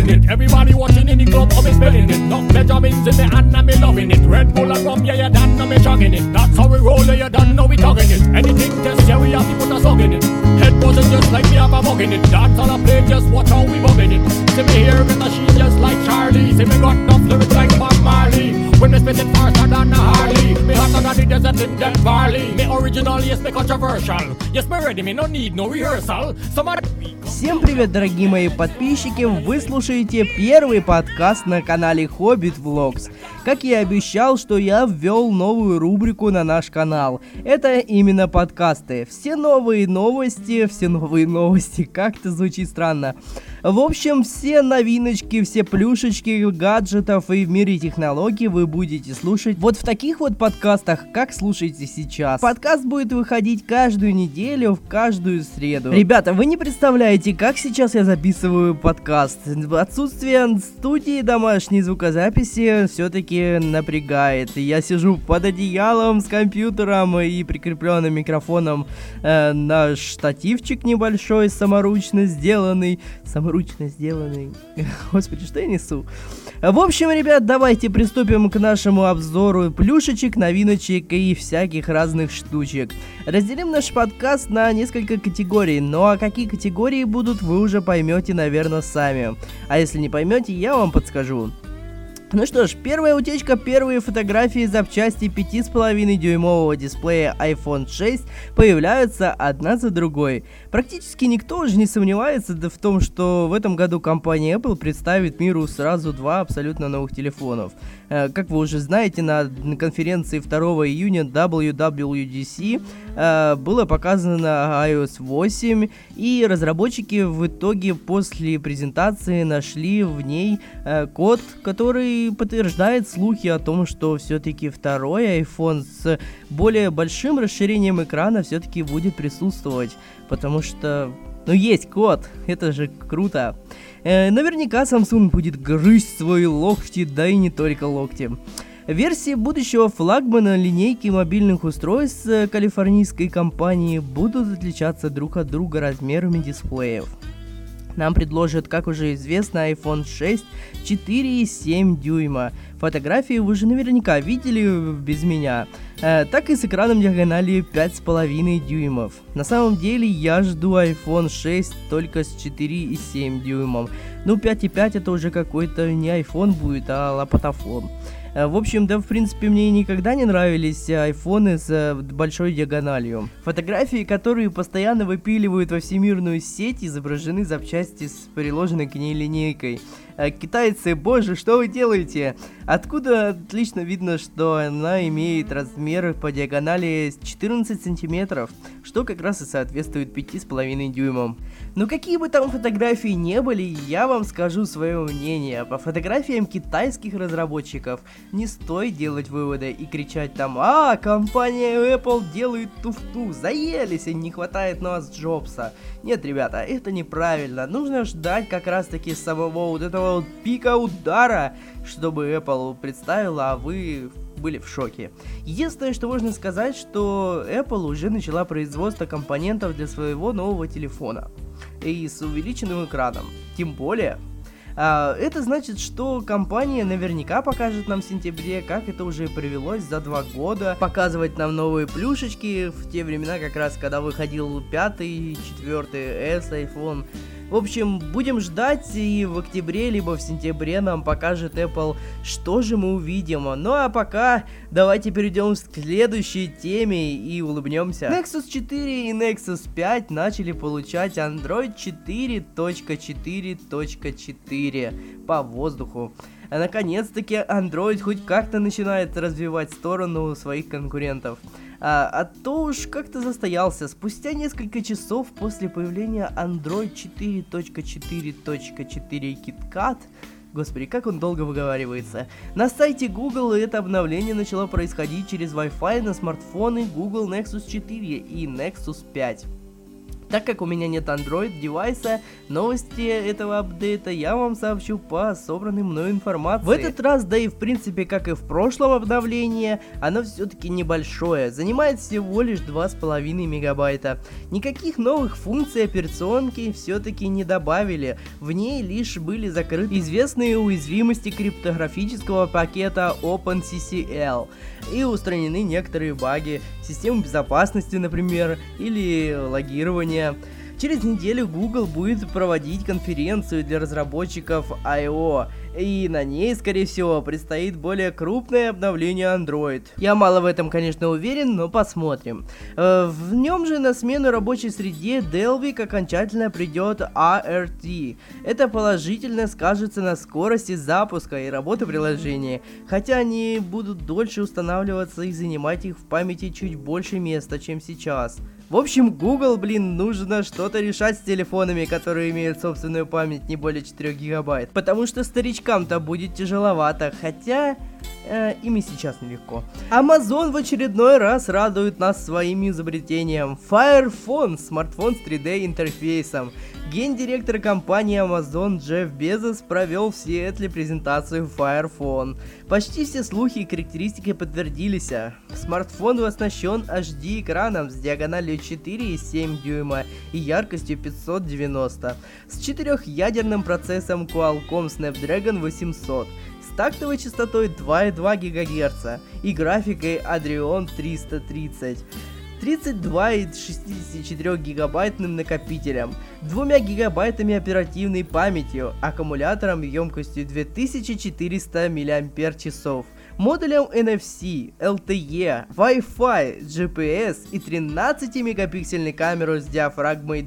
spreading it. Everybody watching in the club, I'm spelling it. No Benjamins in me hand and me loving it. Red Bull and rum, yeah, you done, no me chugging it. That's how we roll, yeah, you done, no we tugging it. Anything test, yeah, we have to put a song in it. Head buzzing just like me have a mug in it. Dance on a plate, just watch how we bugging it. See me here in the sheet just like Charlie. See me got enough lyrics like Bob Marley. When me spit it faster than a Harley. Me hotter than the desert in Death Valley. Me original, yes, me controversial. Yes, me ready, me no need no rehearsal. Всем привет, дорогие мои подписчики! Вы слушаете первый подкаст на канале Hobbit Vlogs. Как я и обещал, что я ввел новую рубрику на наш канал. Это именно подкасты. Все новые новости, как-то звучит странно. В общем, все новиночки, все плюшечки гаджетов и в мире технологий вы будете слушать вот в таких вот подкастах, как слушаете сейчас. Подкаст будет выходить каждую неделю, в каждую среду. Ребята, вы не представляете, как сейчас я записываю подкаст. Отсутствие студии домашней звукозаписи все-таки напрягает. Я сижу под одеялом с компьютером и прикрепленным микрофоном на штативчик небольшой, саморучно сделанный. Господи, что я несу? В общем, ребят, давайте приступим к нашему обзору плюшечек, новиночек и всяких разных штучек. Разделим наш подкаст на несколько категорий, ну а какие категории будут, вы уже поймете, наверное, сами. А если не поймете, я вам подскажу. Ну что ж, первая утечка, первые фотографии запчасти 5,5-дюймового дисплея iPhone 6 появляются одна за другой. Практически никто уже не сомневается в том, что в этом году компания Apple представит миру сразу два абсолютно новых телефонов. Как вы уже знаете, на конференции 2 июня WWDC было показано iOS 8, и разработчики в итоге после презентации нашли в ней код, который подтверждает слухи о том, что все-таки второй iPhone с более большим расширением экрана все-таки будет присутствовать, потому что, есть код, это же круто. Наверняка Samsung будет грызть свои локти, да и не только локти. Версии будущего флагмана линейки мобильных устройств калифорнийской компании будут отличаться друг от друга размерами дисплеев. Нам предложат, как уже известно, iPhone 6 4,7 дюйма. Фотографии вы уже наверняка видели без меня. Так и с экраном диагонали 5,5 дюймов. На самом деле я жду iPhone 6 только с 4,7 дюймом. 5,5 это уже какой-то не iPhone будет, а лопатофон. В общем, в принципе, мне никогда не нравились айфоны с большой диагональю. Фотографии, которые постоянно выпиливают во всемирную сеть, изображены запчасти с приложенной к ней линейкой. Китайцы, боже, что вы делаете? Откуда отлично видно, что она имеет размер по диагонали 14 сантиметров, что как раз и соответствует 5,5 дюймам. Но какие бы там фотографии не были, я вам скажу свое мнение. По фотографиям китайских разработчиков не стоит делать выводы и кричать там: компания Apple делает туфту, заелись, и не хватает нас Джобса. Нет, ребята, это неправильно. Нужно ждать как раз таки самого вот этого пика удара, чтобы Apple представила, а вы были в шоке. Единственное, что можно сказать, что Apple уже начала производство компонентов для своего нового телефона. И с увеличенным экраном. Тем более, это значит, что компания наверняка покажет нам в сентябре, как это уже привелось за 2 года, показывать нам новые плюшечки в те времена, как раз когда выходил 5-й, 4-й S iPhone. В общем, будем ждать, и в октябре, либо в сентябре нам покажет Apple, что же мы увидим. Ну а пока давайте перейдем к следующей теме и улыбнемся. Nexus 4 и Nexus 5 начали получать Android 4.4.4 по воздуху. А наконец-таки Android хоть как-то начинает развивать сторону своих конкурентов. А то уж как-то застоялся. Спустя несколько часов после появления Android 4.4.4 KitKat, господи, как он долго выговаривается, на сайте Google это обновление начало происходить через Wi-Fi на смартфоны Google Nexus 4 и Nexus 5. Так как у меня нет Android девайса, новости этого апдейта я вам сообщу по собранной мной информации. В этот раз, да и в принципе, как и в прошлом обновлении, оно все-таки небольшое, занимает всего лишь 2,5 мегабайта. Никаких новых функций операционки все-таки не добавили, в ней лишь были закрыты известные уязвимости криптографического пакета OpenCCL и устранены некоторые баги, системы безопасности, например, или логирования. Через неделю Google будет проводить конференцию для разработчиков I.O., и на ней, скорее всего, предстоит более крупное обновление Android. Я мало в этом, конечно, уверен, но посмотрим. В нем же на смену рабочей среде Dalvik окончательно придет ART. Это положительно скажется на скорости запуска и работы приложения, хотя они будут дольше устанавливаться и занимать их в памяти чуть больше места, чем сейчас. В общем, Google, нужно что-то решать с телефонами, которые имеют собственную память не более 4 гигабайт. Потому что старичкам-то будет тяжеловато, хотя им и сейчас нелегко. Amazon в очередной раз радует нас своим изобретением. Fire Phone, смартфон с 3D интерфейсом. Гендиректор компании Amazon Джефф Безос провел в Сиэтле презентацию Fire Phone. Почти все слухи и характеристики подтвердились. Смартфон оснащен HD экраном с диагональю 4,7 дюйма и яркостью 590, с 4-ядерным процессором Qualcomm Snapdragon 800, с тактовой частотой 2,2 ГГц и графикой Adreno 330. 32,64 гигабайтным накопителем, 2 гигабайтами оперативной памятью, аккумулятором емкостью 2400 мАч, модулем NFC, LTE, Wi-Fi, GPS и 13-мегапиксельной камерой с диафрагмой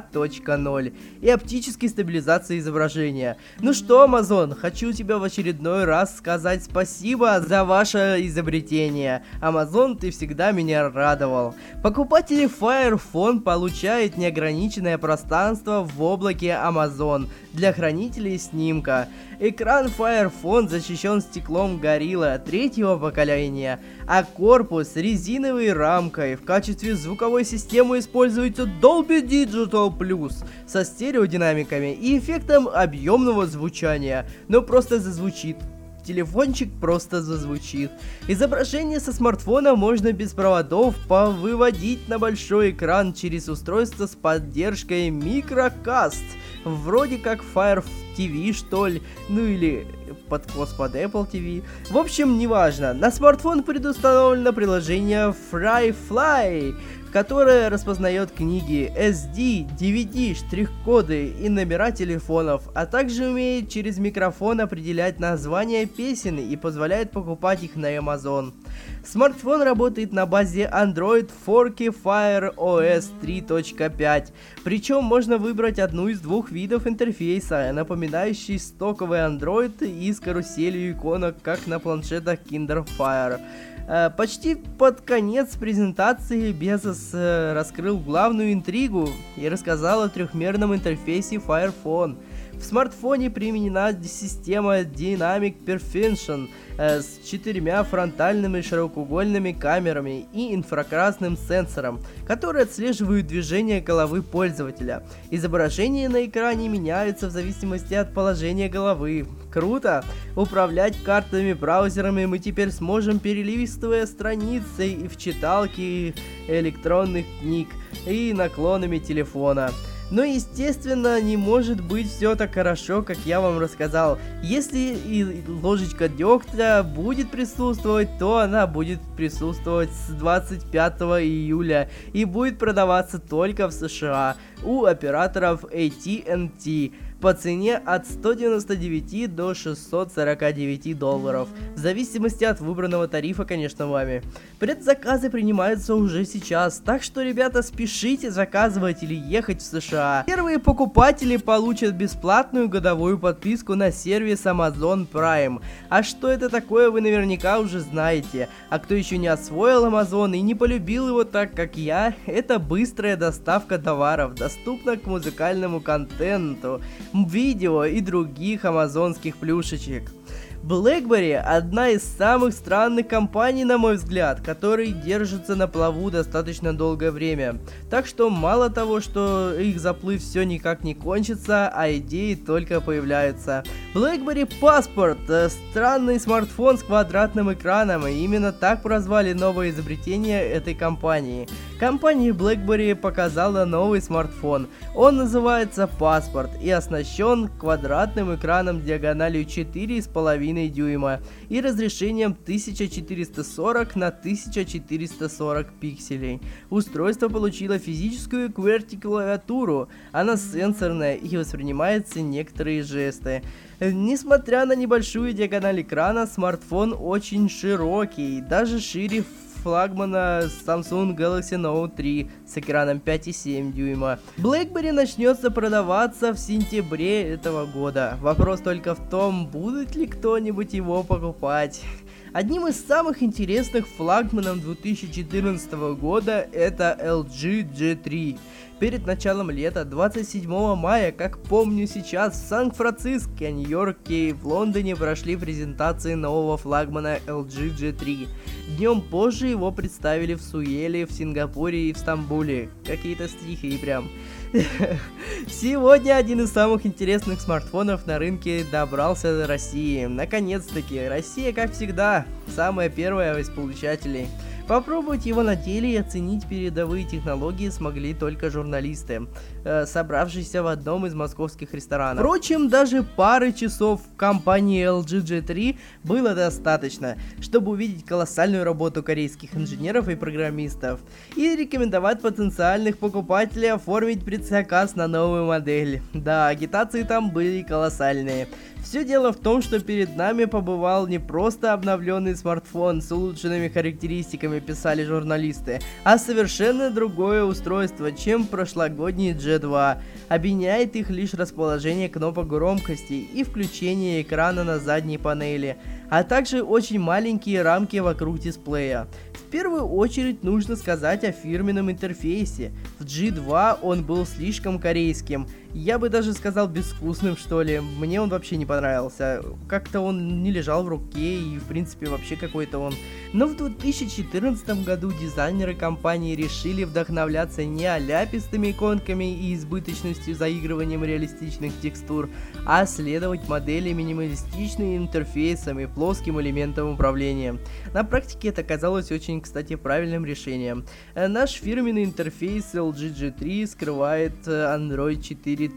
2.0 и оптической стабилизацией изображения. Ну что, Amazon, хочу тебе в очередной раз сказать спасибо за ваше изобретение. Amazon, ты всегда меня радовал. Покупатели Fire Phone получают неограниченное пространство в облаке Amazon для хранителей снимка. Экран Fire Phone защищен стеклом Gorilla 3-го поколения, а корпус резиновой рамкой. В качестве звуковой системы используется Dolby Digital Plus со стереодинамиками и эффектом объемного звучания, но просто зазвучит. Телефончик просто зазвучит. Изображение со смартфона можно без проводов выводить на большой экран через устройство с поддержкой Microcast. Вроде как Fire TV, что ли, или под Apple TV. В общем, неважно. На смартфон предустановлено приложение FryFly, которое распознает книги, SD, DVD, штрих-коды и номера телефонов, а также умеет через микрофон определять названия песен и позволяет покупать их на Amazon. Смартфон работает на базе Android Forky Fire OS 3.5, причем можно выбрать одну из двух видов интерфейса, напоминающий стоковый Android и с каруселью иконок, как на планшетах Kinder Fire. Почти под конец презентации Безос раскрыл главную интригу и рассказал о трехмерном интерфейсе Fire Phone. В смартфоне применена система Dynamic Perception с 4 фронтальными широкоугольными камерами и инфракрасным сенсором, которые отслеживают движение головы пользователя. Изображение на экране меняется в зависимости от положения головы. Круто! Управлять картами, браузерами мы теперь сможем, перелистывая страницы и в читалке электронных книг и наклонами телефона. Но, естественно, не может быть все так хорошо, как я вам рассказал. Если и ложечка дегтя будет присутствовать, то она будет присутствовать с 25 июля и будет продаваться только в США у операторов AT&T по цене от 199 до 649 долларов, в зависимости от выбранного тарифа, конечно, вами. Предзаказы принимаются уже сейчас, так что, ребята, спешите заказывать или ехать в США. Первые покупатели получат бесплатную годовую подписку на сервис Amazon Prime. А что это такое, вы наверняка уже знаете. А кто еще не освоил Amazon и не полюбил его так, как я, это быстрая доставка товаров, доступна к музыкальному контенту, видео и других амазонских плюшечек. BlackBerry одна из самых странных компаний, на мой взгляд, которые держатся на плаву достаточно долгое время. Так что мало того, что их заплыв все никак не кончится, а идеи только появляются. BlackBerry Passport – странный смартфон с квадратным экраном, и именно так прозвали новое изобретение этой компании. Компания BlackBerry показала новый смартфон. Он называется Passport и оснащен квадратным экраном диагональю 4,5 дюйма и разрешением 1440 на 1440 пикселей. Устройство получило физическую QWERTY-клавиатуру, она сенсорная и воспринимает некоторые жесты. Несмотря на небольшую диагональ экрана, смартфон очень широкий, даже шире флагмана Samsung Galaxy Note 3 с экраном 5,7 дюйма. BlackBerry начнется продаваться в сентябре этого года. Вопрос только в том, будет ли кто-нибудь его покупать. Одним из самых интересных флагманов 2014 года это LG G3. Перед началом лета, 27 мая, как помню сейчас, в Сан-Франциско, Нью-Йорке и в Лондоне прошли презентации нового флагмана LG G3. Днем позже его представили в Суэле, в Сингапуре и в Стамбуле. Какие-то стихи прям. Сегодня один из самых интересных смартфонов на рынке добрался до России. Наконец-таки, Россия, как всегда, самая первая из получателей. Попробовать его на деле и оценить передовые технологии смогли только журналисты, собравшиеся в одном из московских ресторанов. Впрочем, даже пары часов в компании LG G3 было достаточно, чтобы увидеть колоссальную работу корейских инженеров и программистов и рекомендовать потенциальных покупателей оформить предзаказ на новую модель. Да, агитации там были колоссальные. Все дело в том, что перед нами побывал не просто обновленный смартфон с улучшенными характеристиками, писали журналисты, а совершенно другое устройство, чем прошлогодний G2. Объединяет их лишь расположение кнопок громкости и включение экрана на задней панели, а также очень маленькие рамки вокруг дисплея. В первую очередь нужно сказать о фирменном интерфейсе. В G2 он был слишком корейским, я бы даже сказал безвкусным, что ли. Мне он вообще не понравился. Как-то он не лежал в руке и в принципе вообще какой-то он. Но в 2014 году дизайнеры компании решили вдохновляться не аляпистыми иконками и избыточностью заигрыванием реалистичных текстур, а следовать модели минималистичным интерфейсом и плоским элементом управления. На практике это оказалось очень, кстати, правильным решением. Наш фирменный интерфейс LG G3 скрывает Android 4.4.2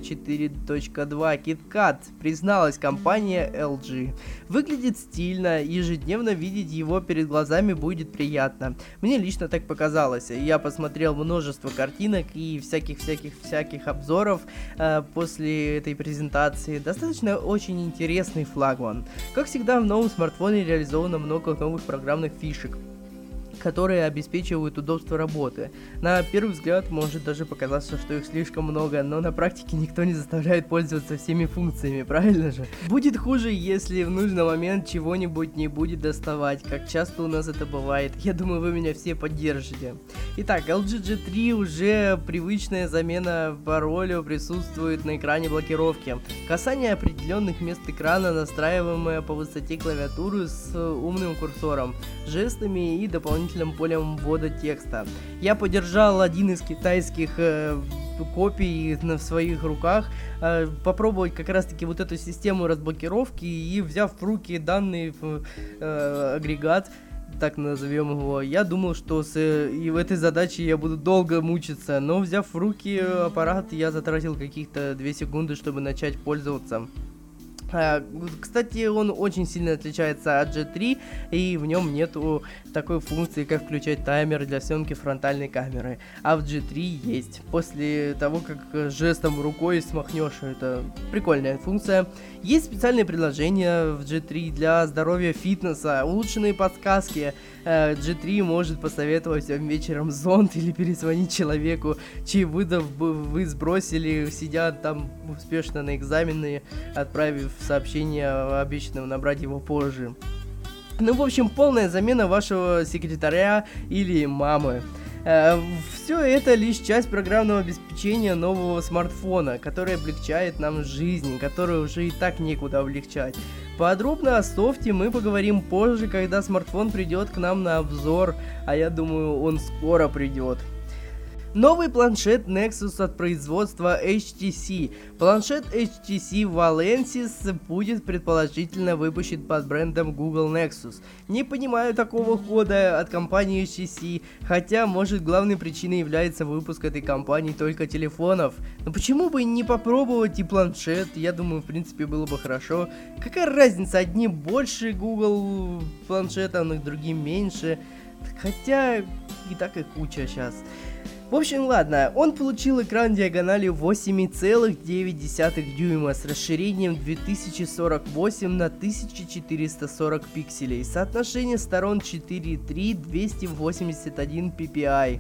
KitKat, призналась компания LG. Выглядит стильно, ежедневно видеть его перед глазами будет приятно. Мне лично так показалось. Я посмотрел множество картинок и всяких обзоров после этой презентации. Достаточно очень интересный флагман. Как всегда, в новом смартфоне реализовано много новых программных фишек, которые обеспечивают удобство работы. На первый взгляд может даже показаться, что их слишком много, но на практике никто не заставляет пользоваться всеми функциями, правильно же? Будет хуже, если в нужный момент чего-нибудь не будет доставать, как часто у нас это бывает. Я думаю, вы меня все поддержите. Итак, LG G3 уже привычная замена пароля присутствует на экране блокировки. Касание определенных мест экрана, настраиваемое по высоте клавиатуры с умным курсором, жестами и дополнительным полем ввода текста. Я подержал один из китайских копий в своих руках, попробовать как раз таки вот эту систему разблокировки, и взяв в руки данный агрегат, так назовем его, я думал, что и в этой задаче я буду долго мучиться, но взяв в руки аппарат, я затратил каких-то 2 секунды, чтобы начать пользоваться. Кстати, он очень сильно отличается от G3, и в нем нету такой функции, как включать таймер для съемки фронтальной камеры, а в G3 есть. После того, как жестом рукой смахнешь, это прикольная функция. Есть специальные предложения в G3 для здоровья, фитнеса, улучшенные подсказки. G3 может посоветовать вам вечером зонт или перезвонить человеку, чей выдав вы сбросили, сидя там успешно на экзамене, отправив сообщение обещанного набрать его позже. Ну, в общем, полная замена вашего секретаря или мамы. Все это лишь часть программного обеспечения нового смартфона, который облегчает нам жизнь, который уже и так некуда облегчать. Подробно о софте мы поговорим позже, когда смартфон придет к нам на обзор, а я думаю, он скоро придет. Новый планшет Nexus от производства HTC. Планшет HTC Valensis будет предположительно выпущен под брендом Google Nexus. Не понимаю такого хода от компании HTC, хотя, может, главной причиной является выпуск этой компании только телефонов. Но почему бы не попробовать и планшет? Я думаю, в принципе, было бы хорошо. Какая разница, одни больше Google планшетов, другие меньше. Хотя и так и куча сейчас. В общем, ладно, он получил экран диагональю 8,9 дюйма с расширением 2048 на 1440 пикселей, соотношение сторон 4:3, 281 ppi.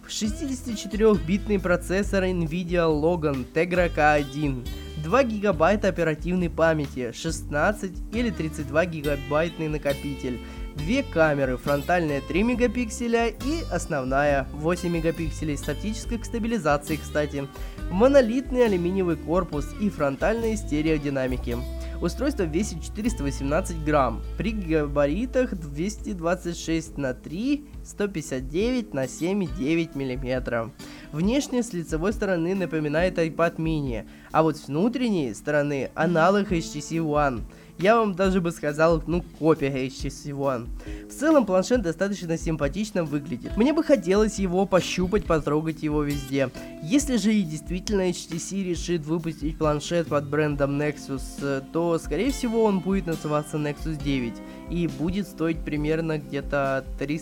64-битный процессор NVIDIA Logan Tegra K1, 2 гигабайта оперативной памяти, 16 или 32 гигабайтный накопитель, 2 камеры, фронтальная 3 мегапикселя и основная 8 мегапикселей с оптической стабилизацией, кстати, монолитный алюминиевый корпус и фронтальные стереодинамики. Устройство весит 418 грамм, при габаритах 226 на 3, 159 на 7,9 мм. Внешне с лицевой стороны напоминает iPad mini, а вот с внутренней стороны аналог HTC One. Я вам даже бы сказал, копия HTC One. В целом планшет достаточно симпатично выглядит. Мне бы хотелось его пощупать, потрогать его везде. Если же и действительно HTC решит выпустить планшет под брендом Nexus, то скорее всего он будет называться Nexus 9 и будет стоить примерно где-то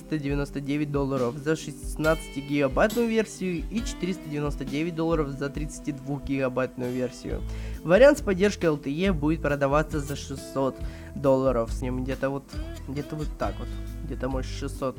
$399 за 16-гигабайтную версию и $499 за 32-гигабайтную версию. Вариант с поддержкой LTE будет продаваться за $600. С ним где-то вот так вот. Где-то может 600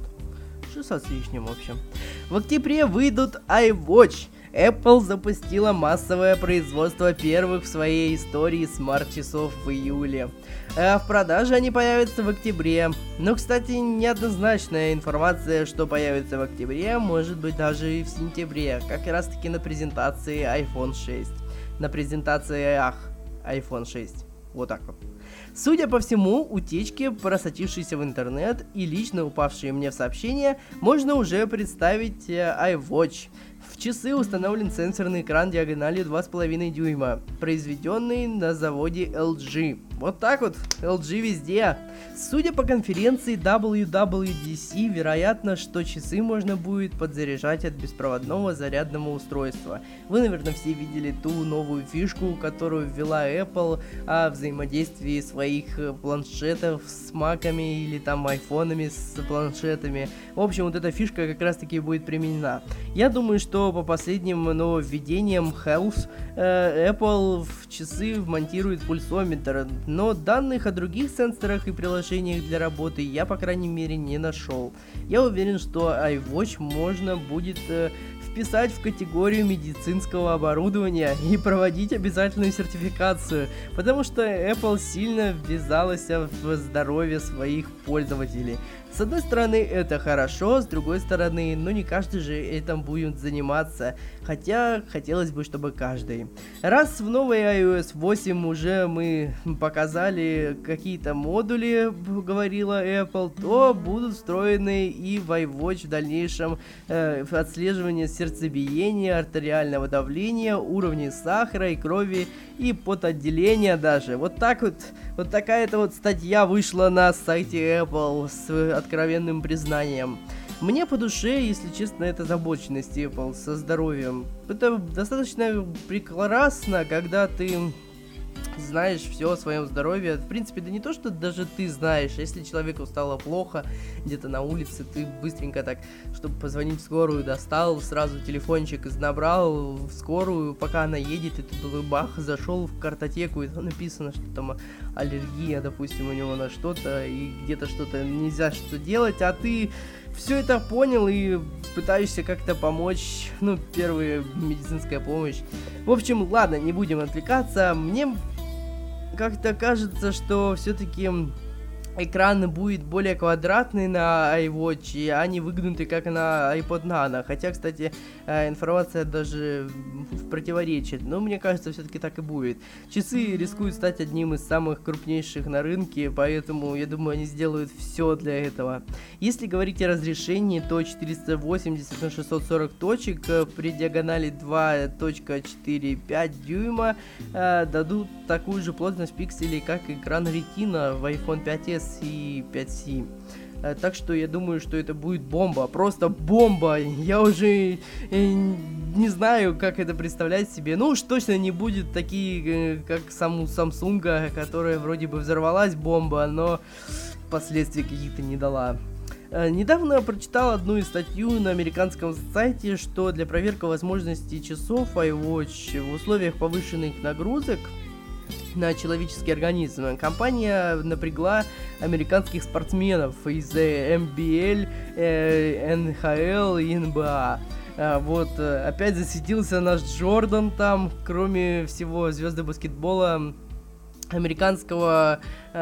с лишним, в общем. В октябре выйдут iWatch. Apple запустила массовое производство первых в своей истории смарт-часов в июле. А в продаже они появятся в октябре. Но, кстати, неоднозначная информация, что появится в октябре, может быть даже и в сентябре, как раз таки на презентации iPhone 6. На презентациях iPhone 6. Вот так вот. Судя по всему, утечки, просочившиеся в интернет и лично упавшие мне в сообщения, можно уже представить iWatch. В часы установлен сенсорный экран диагональю 2,5 дюйма, произведенный на заводе LG. Вот так вот, LG везде. Судя по конференции WWDC, вероятно, что часы можно будет подзаряжать от беспроводного зарядного устройства. Вы, наверное, все видели ту новую фишку, которую ввела Apple о взаимодействии своих планшетов с маками или там айфонами с планшетами. В общем, вот эта фишка как раз таки будет применена. Я думаю, что по последним нововведениям Health Apple в часы вмонтирует пульсометр, но данных о других сенсорах и приложениях для работы я, по крайней мере, не нашел. Я уверен, что iWatch можно будет вписать в категорию медицинского оборудования и проводить обязательную сертификацию, потому что Apple сильно ввязалась в здоровье своих пользователей. С одной стороны, это хорошо, с другой стороны, не каждый же этим будет заниматься, хотя хотелось бы, чтобы каждый. Раз в новой iOS 8 уже мы показали какие-то модули, говорила Apple, то будут встроены и в iWatch в дальнейшем отслеживание сердцебиения, артериального давления, уровней сахара и крови и потоотделения даже. Вот так вот, вот такая-то вот статья вышла на сайте Apple с откровенным признанием. Мне по душе, если честно, эта озабоченность Apple со здоровьем. Это достаточно прекрасно, когда ты знаешь все о своем здоровье. В принципе, да не то, что даже ты знаешь. Если человеку стало плохо где-то на улице, ты быстренько так, чтобы позвонить в скорую, достал, сразу телефончик набрал в скорую, пока она едет, и ты тут бах, зашел в картотеку, и там написано, что там аллергия, допустим, у него на что-то, и где-то что-то нельзя что делать, а ты все это понял и пытаешься как-то помочь, первая медицинская помощь. В общем, ладно, не будем отвлекаться. Мне как-то кажется, что все-таки экран будет более квадратный на iWatch, а не выгнутый, как на iPod Nano. Хотя, кстати, информация даже противоречит. Но мне кажется, все-таки так и будет. Часы рискуют стать одним из самых крупнейших на рынке, поэтому, я думаю, они сделают все для этого. Если говорить о разрешении, то 480 на 640 точек при диагонали 2.45 дюйма дадут такую же плотность пикселей, как экран Retina в iPhone 5s и 5C. Так что я думаю, что это будет бомба, просто бомба. Я уже не знаю, как это представлять себе. Ну уж точно не будет такие, как у Samsung, которая вроде бы взорвалась бомба, но последствий каких-то не дала. Недавно прочитал одну статью на американском сайте, что для проверки возможностей часов iWatch в условиях повышенных нагрузок на человеческий организм компания напрягла американских спортсменов из MLB, NHL и NBA. Вот, опять засветился наш Джордан там, кроме всего звезды баскетбола американского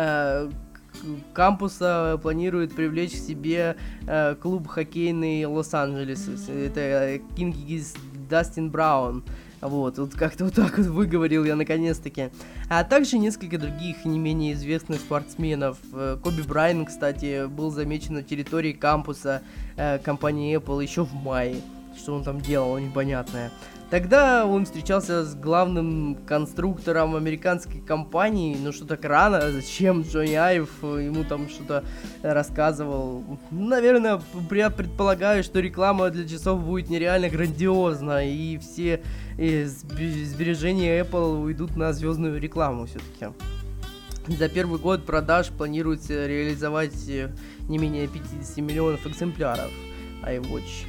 кампуса планирует привлечь к себе клуб хоккейный Лос-Анджелес. Это Кингис Дастин Браун. Вот как-то вот так вот выговорил я наконец-таки. А также несколько других не менее известных спортсменов. Коби Брайант, кстати, был замечен на территории кампуса компании Apple еще в мае. Что он там делал, непонятное. Тогда он встречался с главным конструктором американской компании, ну что так рано, зачем Джонни Айв ему там что-то рассказывал. Наверное, я предполагаю, что реклама для часов будет нереально грандиозна, и все сбережения Apple уйдут на звездную рекламу все-таки. За первый год продаж планируется реализовать не менее 50 миллионов экземпляров iWatch.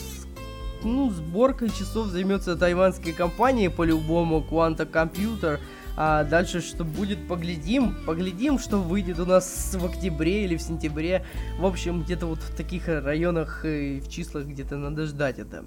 Ну, сборкой часов займется тайванская компания, по-любому, Quanta Computer. А дальше что будет, поглядим, что выйдет у нас в октябре или в сентябре. В общем, где-то вот в таких районах и в числах где-то надо ждать это.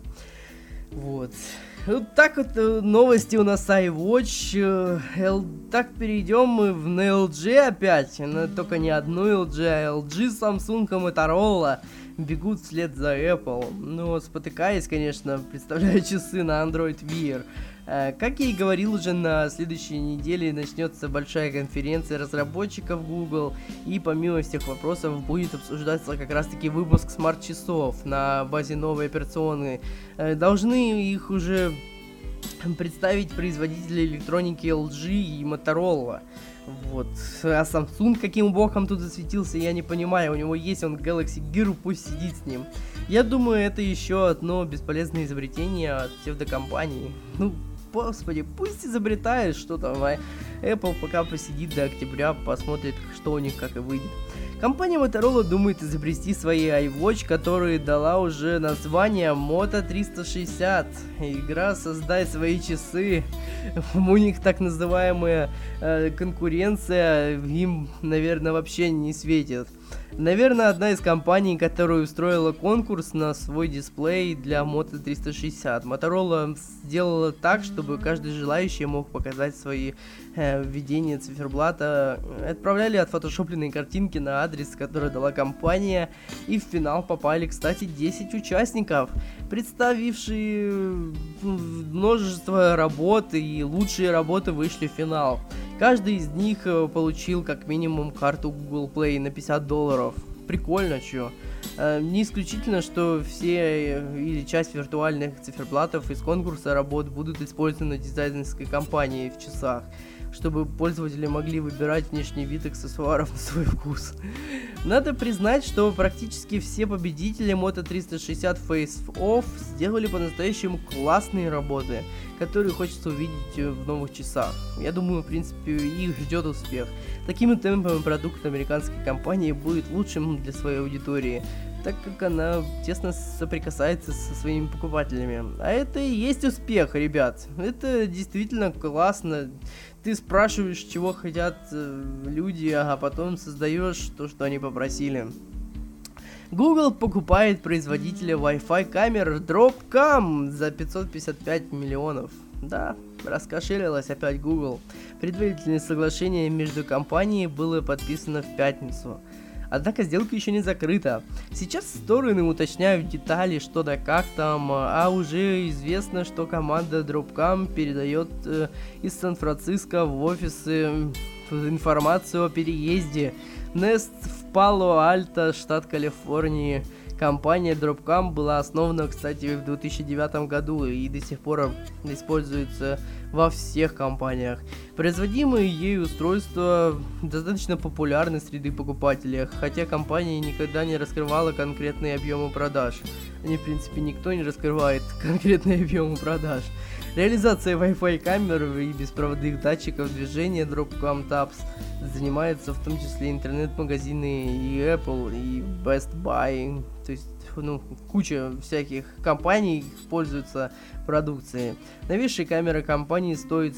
Вот. Вот так вот новости у нас iWatch. Так, перейдем мы на LG опять. Но только не одну LG, а LG, Samsung и Motorola бегут вслед за Apple. Но спотыкаясь, конечно, представляю часы на Android Wear. Как я и говорил, уже на следующей неделе начнется большая конференция разработчиков Google, и помимо всех вопросов будет обсуждаться как раз таки выпуск смарт-часов на базе новой операционной. Должны их уже представить производители электроники LG и Motorola. Вот. А Samsung каким боком тут засветился, я не понимаю. У него есть он Galaxy Gear, пусть сидит с ним. Я думаю, это еще одно бесполезное изобретение от псевдокомпании. Ну, господи, пусть изобретает что там. Apple пока посидит до октября, посмотрит, что у них как и выйдет. Компания Motorola думает изобрести свои iWatch, которые дала уже название Moto 360. Игра «Создай свои часы». У них так называемая конкуренция им, наверное, вообще не светит. Наверное, одна из компаний, которая устроила конкурс на свой дисплей для Moto 360. Motorola сделала так, чтобы каждый желающий мог показать свои введения циферблата. Отправляли отфотошопленные картинки на адрес, который дала компания. И в финал попали, кстати, 10 участников, представившие множество работ, и лучшие работы вышли в финал. Каждый из них получил как минимум карту Google Play на $50. Прикольно, чё. Не исключительно, что все или часть виртуальных циферблатов из конкурса работ будут использованы дизайнерской компанией в часах, чтобы пользователи могли выбирать внешний вид аксессуаров на свой вкус. Надо признать, что практически все победители Moto 360 Face Off сделали по-настоящему классные работы, которые хочется увидеть в новых часах. Я думаю, в принципе, их ждет успех. Такими темпами продукт американской компании будет лучшим для своей аудитории, так как она тесно соприкасается со своими покупателями. А это и есть успех, ребят. Это действительно классно. Ты спрашиваешь, чего хотят люди, а потом создаешь то, что они попросили. Google покупает производителя Wi-Fi камер Dropcam за 555 миллионов. Да, Раскошелилась опять Google. Предварительное соглашение между компанией было подписано в пятницу. Однако сделка еще не закрыта. Сейчас стороны уточняют детали, что да как там, а уже известно, что команда Dropcam передает из Сан-Франциско в офисы информацию о переезде. Nest в Пало-Альто, штат Калифорнии. Компания Dropcam была основана, кстати, в 2009 году и до сих пор используется во всех компаниях. Производимые ею устройства достаточно популярны среди покупателей, хотя компания никогда не раскрывала конкретные объемы продаж. В принципе, никто не раскрывает конкретные объемы продаж. Реализация Wi-Fi камер и беспроводных датчиков движения Dropcam Tabs занимаются в том числе интернет-магазины и Apple, и Best Buy, то есть куча всяких компаний пользуются продукцией. Новейшая камера компании стоит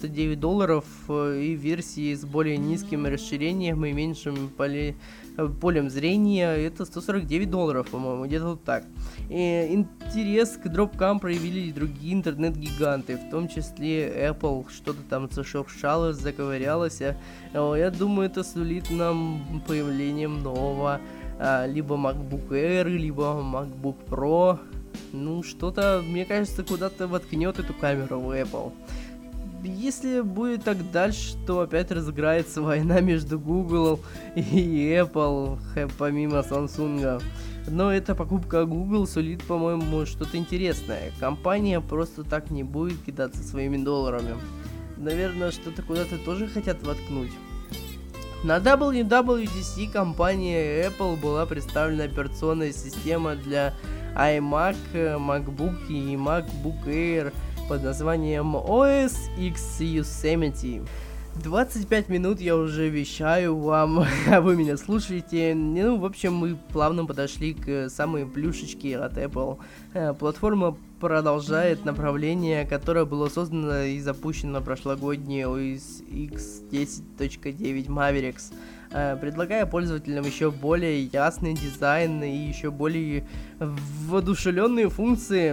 $199, и версии с более низким расширением и меньшим полем зрения это $149, по-моему, где-то вот так. И интерес к Dropcam проявили и другие интернет-гиганты, в том числе Apple, что-то там зашуршало, заковырялось. Я думаю, это сулит нам появлением нового либо MacBook Air, либо MacBook Pro. Что-то, мне кажется, куда-то воткнет эту камеру в Apple. Если будет так дальше, то опять разыграется война между Google и Apple, помимо Samsung. Но эта покупка Google сулит, по-моему, что-то интересное. Компания просто так не будет кидаться своими долларами. Наверное, что-то куда-то тоже хотят воткнуть. На WWDC компания Apple была представлена операционная система для iMac, MacBook и MacBook Air под названием OS X Yosemite. 25 минут я уже вещаю вам, а вы меня слушаете. В общем, мы плавно подошли к самой плюшечке от Apple. Платформа продолжает направление, которое было создано и запущено прошлогодней OS X 10.9 Mavericks, предлагая пользователям еще более ясный дизайн и еще более воодушевленные функции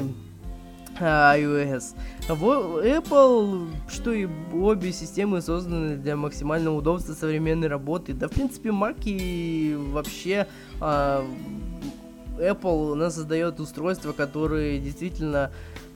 iOS. Apple, что и обе системы созданы для максимального удобства современной работы. Да, в принципе, Mac и вообще Apple у нас создает устройства, которые действительно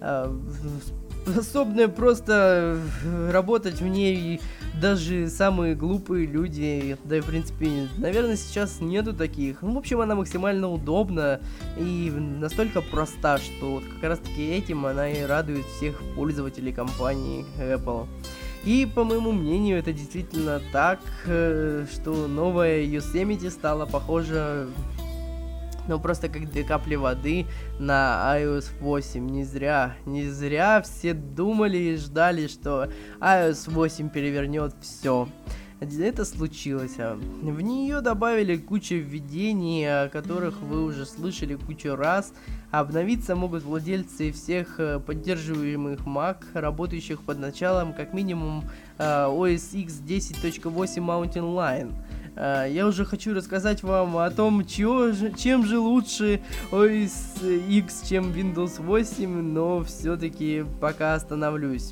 способны просто работать в ней и даже самые глупые люди. Да и в принципе, наверное, сейчас нету таких. В общем, она максимально удобна и настолько проста, что вот как раз таки этим она и радует всех пользователей компании Apple. И, по моему мнению, это действительно так, что новая Yosemite стала похожа просто как 2 капли воды на iOS 8. Не зря все думали и ждали, что iOS 8 перевернет все. Это случилось. В нее добавили кучу введений, о которых вы уже слышали кучу раз. Обновиться могут владельцы всех поддерживаемых Mac, работающих под началом как минимум OS X 10.8 Mountain Lion. Я уже хочу рассказать вам о том, чем же лучше OS X, чем Windows 8, но все-таки пока остановлюсь.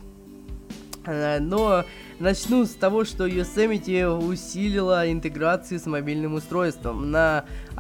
Но начну с того, что Yosemite усилила интеграцию с мобильным устройством. На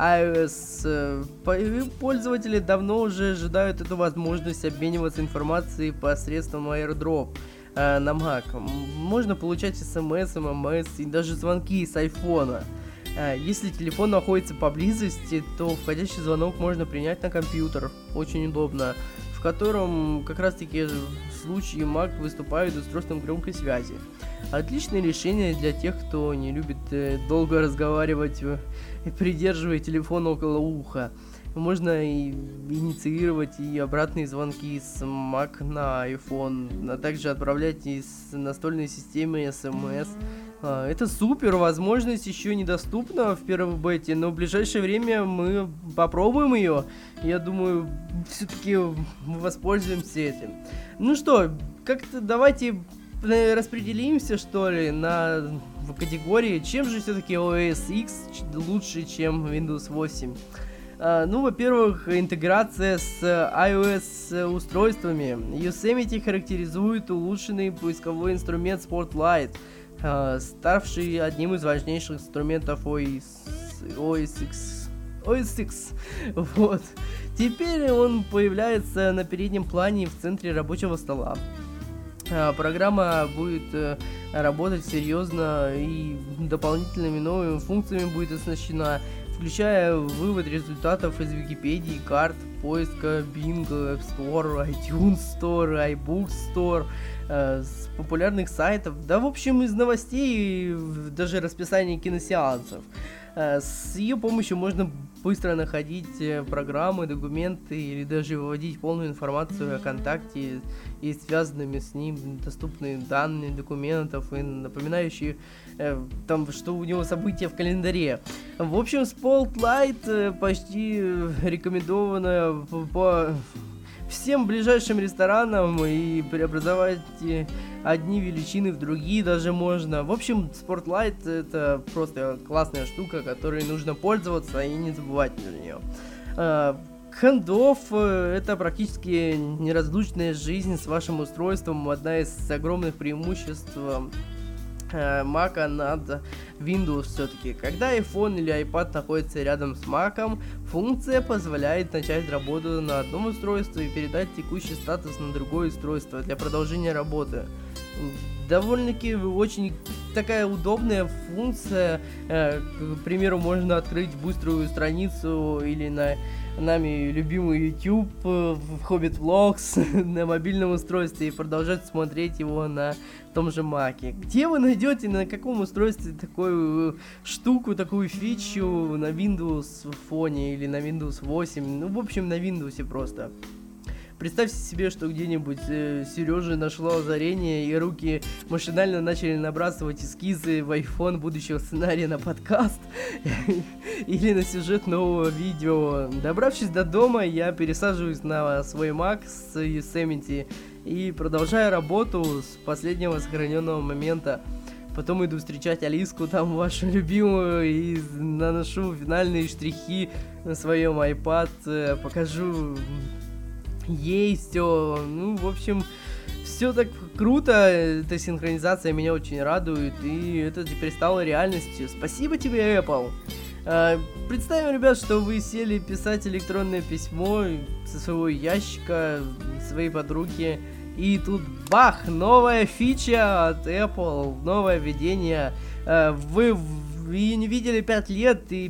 iOS пользователи давно уже ожидают эту возможность обмениваться информацией посредством AirDrop. На Mac можно получать смс, ММС и даже звонки с айфона. Если телефон находится поблизости, то входящий звонок можно принять на компьютер, очень удобно, в котором как раз таки в случае Mac выступает устройством громкой связи. Отличное решение для тех, кто не любит долго разговаривать и придерживая телефон около уха. Можно и инициировать и обратные звонки с Mac на iPhone, а также отправлять из настольной системы SMS. Это супер, возможность еще недоступна в первой бете, но в ближайшее время мы попробуем ее. Я думаю, все-таки мы воспользуемся этим. Ну что, как-то давайте распределимся, что ли, в категории, чем же все-таки OS X лучше, чем Windows 8. Во-первых, интеграция с iOS-устройствами. Yosemite характеризует улучшенный поисковой инструмент Spotlight, ставший одним из важнейших инструментов OS X. Вот. Теперь он появляется на переднем плане в центре рабочего стола. Программа будет работать серьезно и дополнительными новыми функциями будет оснащена, включая вывод результатов из Википедии, карт, поиска, Bing, App Store, iTunes Store, iBooks Store, с популярных сайтов, да, в общем, из новостей, даже расписание киносеансов. С ее помощью можно быстро находить программы, документы или даже выводить полную информацию о контакте и связанными с ним доступные данные документов и напоминающие что у него события в календаре. В общем, Spotlight почти рекомендовано по всем ближайшим ресторанам и преобразовать одни величины в другие даже можно. В общем, Spotlight — это просто классная штука, которой нужно пользоваться и не забывать про нее. Handoff — это практически неразлучная жизнь с вашим устройством, одна из огромных преимуществ Mac над Windows все-таки. Когда iPhone или iPad находится рядом с Mac, функция позволяет начать работу на одном устройстве и передать текущий статус на другое устройство для продолжения работы. Довольно-таки очень такая удобная функция. К примеру, можно открыть быструю страницу или нами любимый YouTube в Hobbit Vlogs на мобильном устройстве и продолжать смотреть его на том же Маке. Где вы найдете, на каком устройстве такую штуку, такую фичу на Windows фоне или на Windows 8? В общем, на Windows просто. Представьте себе, что где-нибудь Сереже нашло озарение, и руки машинально начали набрасывать эскизы в iPhone будущего сценария на подкаст или на сюжет нового видео. Добравшись до дома, я пересаживаюсь на свой Mac с Yosemite и продолжаю работу с последнего сохраненного момента. Потом иду встречать Алиску, там вашу любимую, и наношу финальные штрихи на своем iPad, покажу ей все. В общем, все так круто, эта синхронизация меня очень радует, и это теперь стало реальностью. Спасибо тебе, Apple! Представим, ребят, что вы сели писать электронное письмо со своего ящика своей подруге, и тут бах, новая фича от Apple, новое введение. Вы ее не видели 5 лет и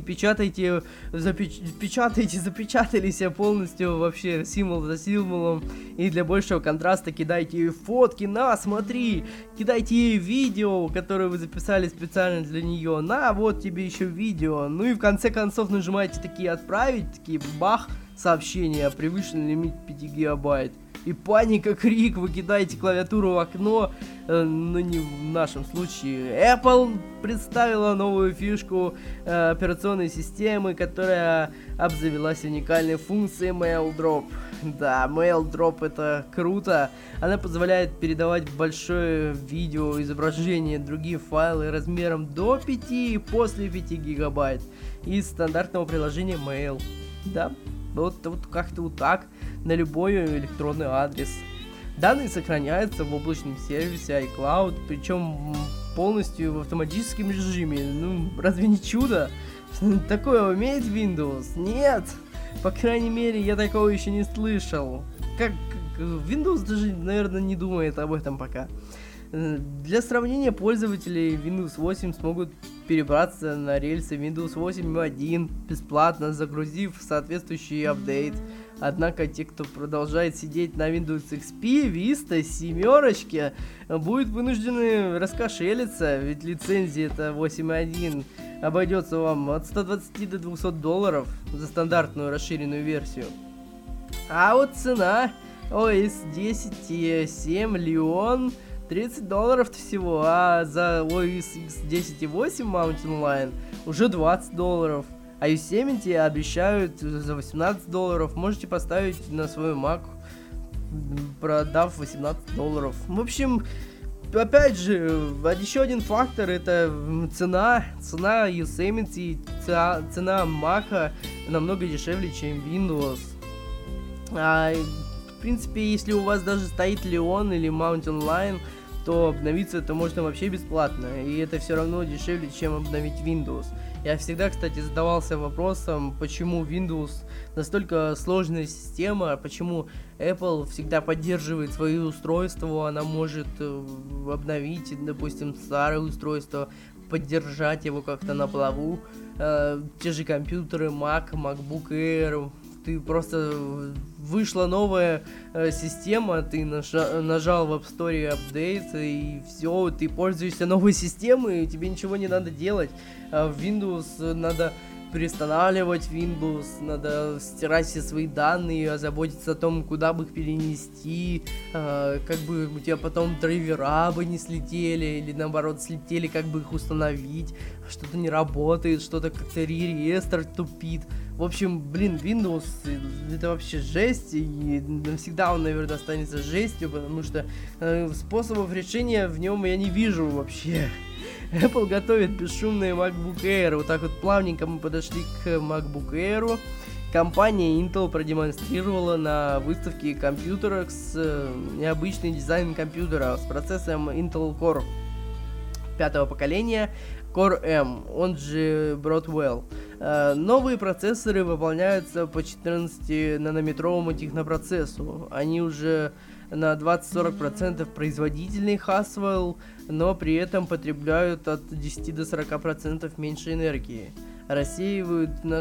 запечатались полностью вообще символ за символом, и для большего контраста кидайте ей фотки, смотри, кидайте ей видео, которое вы записали специально для нее, вот тебе еще видео, и в конце концов нажимаете такие отправить, такие бах, сообщение, превышен лимит 5 гигабайт. И паника, крик, вы кидаете клавиатуру в окно, но не в нашем случае. Apple представила новую фишку операционной системы, которая обзавелась уникальной функцией Mail Drop. Да, Mail Drop — это круто. Она позволяет передавать большое видео, изображение, другие файлы размером до 5 и после 5 гигабайт из стандартного приложения Mail. Да. Вот как-то вот так, на любой электронный адрес. Данные сохраняются в облачном сервисе iCloud, причем полностью в автоматическом режиме. Разве не чудо? Такое умеет Windows? Нет! По крайней мере, я такого еще не слышал. Windows даже, наверное, не думает об этом пока. Для сравнения, пользователи Windows 8 смогут перебраться на рельсы Windows 8.1 бесплатно, загрузив соответствующий апдейт. Однако те, кто продолжает сидеть на Windows XP, Vista, 7, будут вынуждены раскошелиться, ведь лицензия это 8.1 обойдется вам от $120 до $200 за стандартную расширенную версию. А вот цена OS 10.7 Leon $30 всего, а за OS X 10.8 Mountain Lion уже $20. А Yosemite обещают за $18. Можете поставить на свой Mac, продав $18. В общем, опять же, еще один фактор — это цена Yosemite, цена Mac намного дешевле, чем Windows. В принципе, если у вас даже стоит Leon или Mountain Lion, то обновиться это можно вообще бесплатно, и это все равно дешевле, чем обновить Windows. Я всегда, кстати, задавался вопросом, почему Windows настолько сложная система, почему Apple всегда поддерживает свои устройства, она может обновить, допустим, старое устройство, поддержать его как-то на плаву. Те же компьютеры Mac, MacBook Air, ты просто вышла новая система, ты нажал в App Store апдейт, и все, ты пользуешься новой системой, и тебе ничего не надо делать. В Windows надо переустанавливать Windows, надо стирать все свои данные, озаботиться о том, куда бы их перенести, как бы у тебя потом драйвера бы не слетели, или наоборот слетели, как бы их установить, что-то не работает, что-то как-то реестр тупит. В общем, Windows это вообще жесть, и навсегда он, наверное, останется жестью, потому что способов решения в нем я не вижу вообще. Apple готовит бесшумные MacBook Air. Вот так вот плавненько мы подошли к MacBook Air. Компания Intel продемонстрировала на выставке компьютеров необычный дизайн компьютера с процессором Intel Core 5-го поколения, Core M, он же Broadwell. Новые процессоры выполняются по 14-нанометровому технопроцессу. Они уже на 20-40% производительнее Haswell, но при этом потребляют от 10 до 40% меньше энергии. Рассеивают на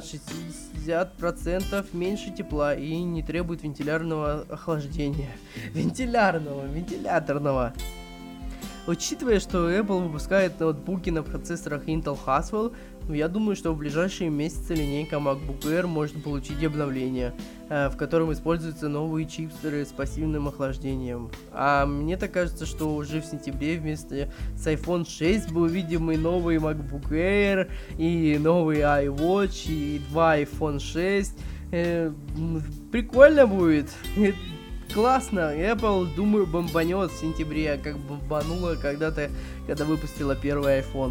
60% меньше тепла и не требуют вентиляторного охлаждения. Вентиляторного. Учитывая, что Apple выпускает ноутбуки на процессорах Intel Haswell, я думаю, что в ближайшие месяцы линейка MacBook Air может получить обновление, в котором используются новые чипсеры с пассивным охлаждением. А мне так кажется, что уже в сентябре вместе с iPhone 6 мы увидим и новый MacBook Air, и новый iWatch, и 2 iPhone 6. Прикольно будет. Классно, Apple, думаю, бомбанет в сентябре, как бомбанула когда-то, когда выпустила первый iPhone.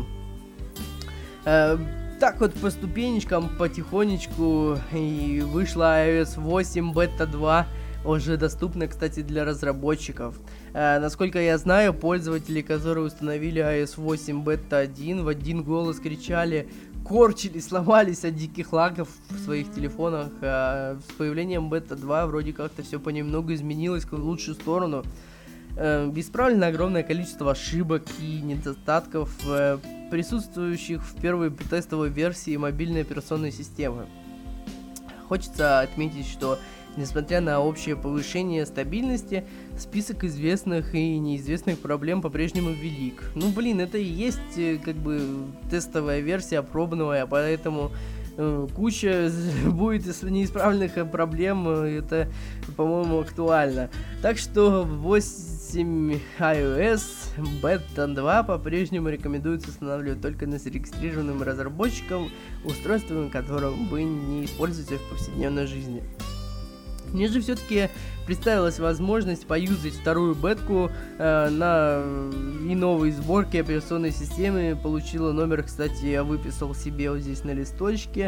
Так вот по ступенечкам, потихонечку, и вышла iOS 8 Beta 2, уже доступна, кстати, для разработчиков. Насколько я знаю, пользователи, которые установили iOS 8 Beta 1, в один голос кричали, корчились, сломались от диких лагов в своих телефонах. С появлением Beta 2 вроде как-то все понемногу изменилось в лучшую сторону. Исправлено огромное количество ошибок и недостатков, присутствующих в первой тестовой версии мобильной операционной системы. Хочется отметить, что несмотря на общее повышение стабильности, список известных и неизвестных проблем по-прежнему велик. Это и есть как бы тестовая версия, пробная, поэтому куча будет неисправленных проблем, это, по-моему, актуально. Так что 8 iOS Beta 2 по-прежнему рекомендуется устанавливать только на зарегистрированным разработчикам, устройствами которым вы не используете в повседневной жизни. Мне же все-таки представилась возможность поюзать вторую бетку на и новые сборки операционной системы. Получила номер, кстати, я выписал себе вот здесь на листочке,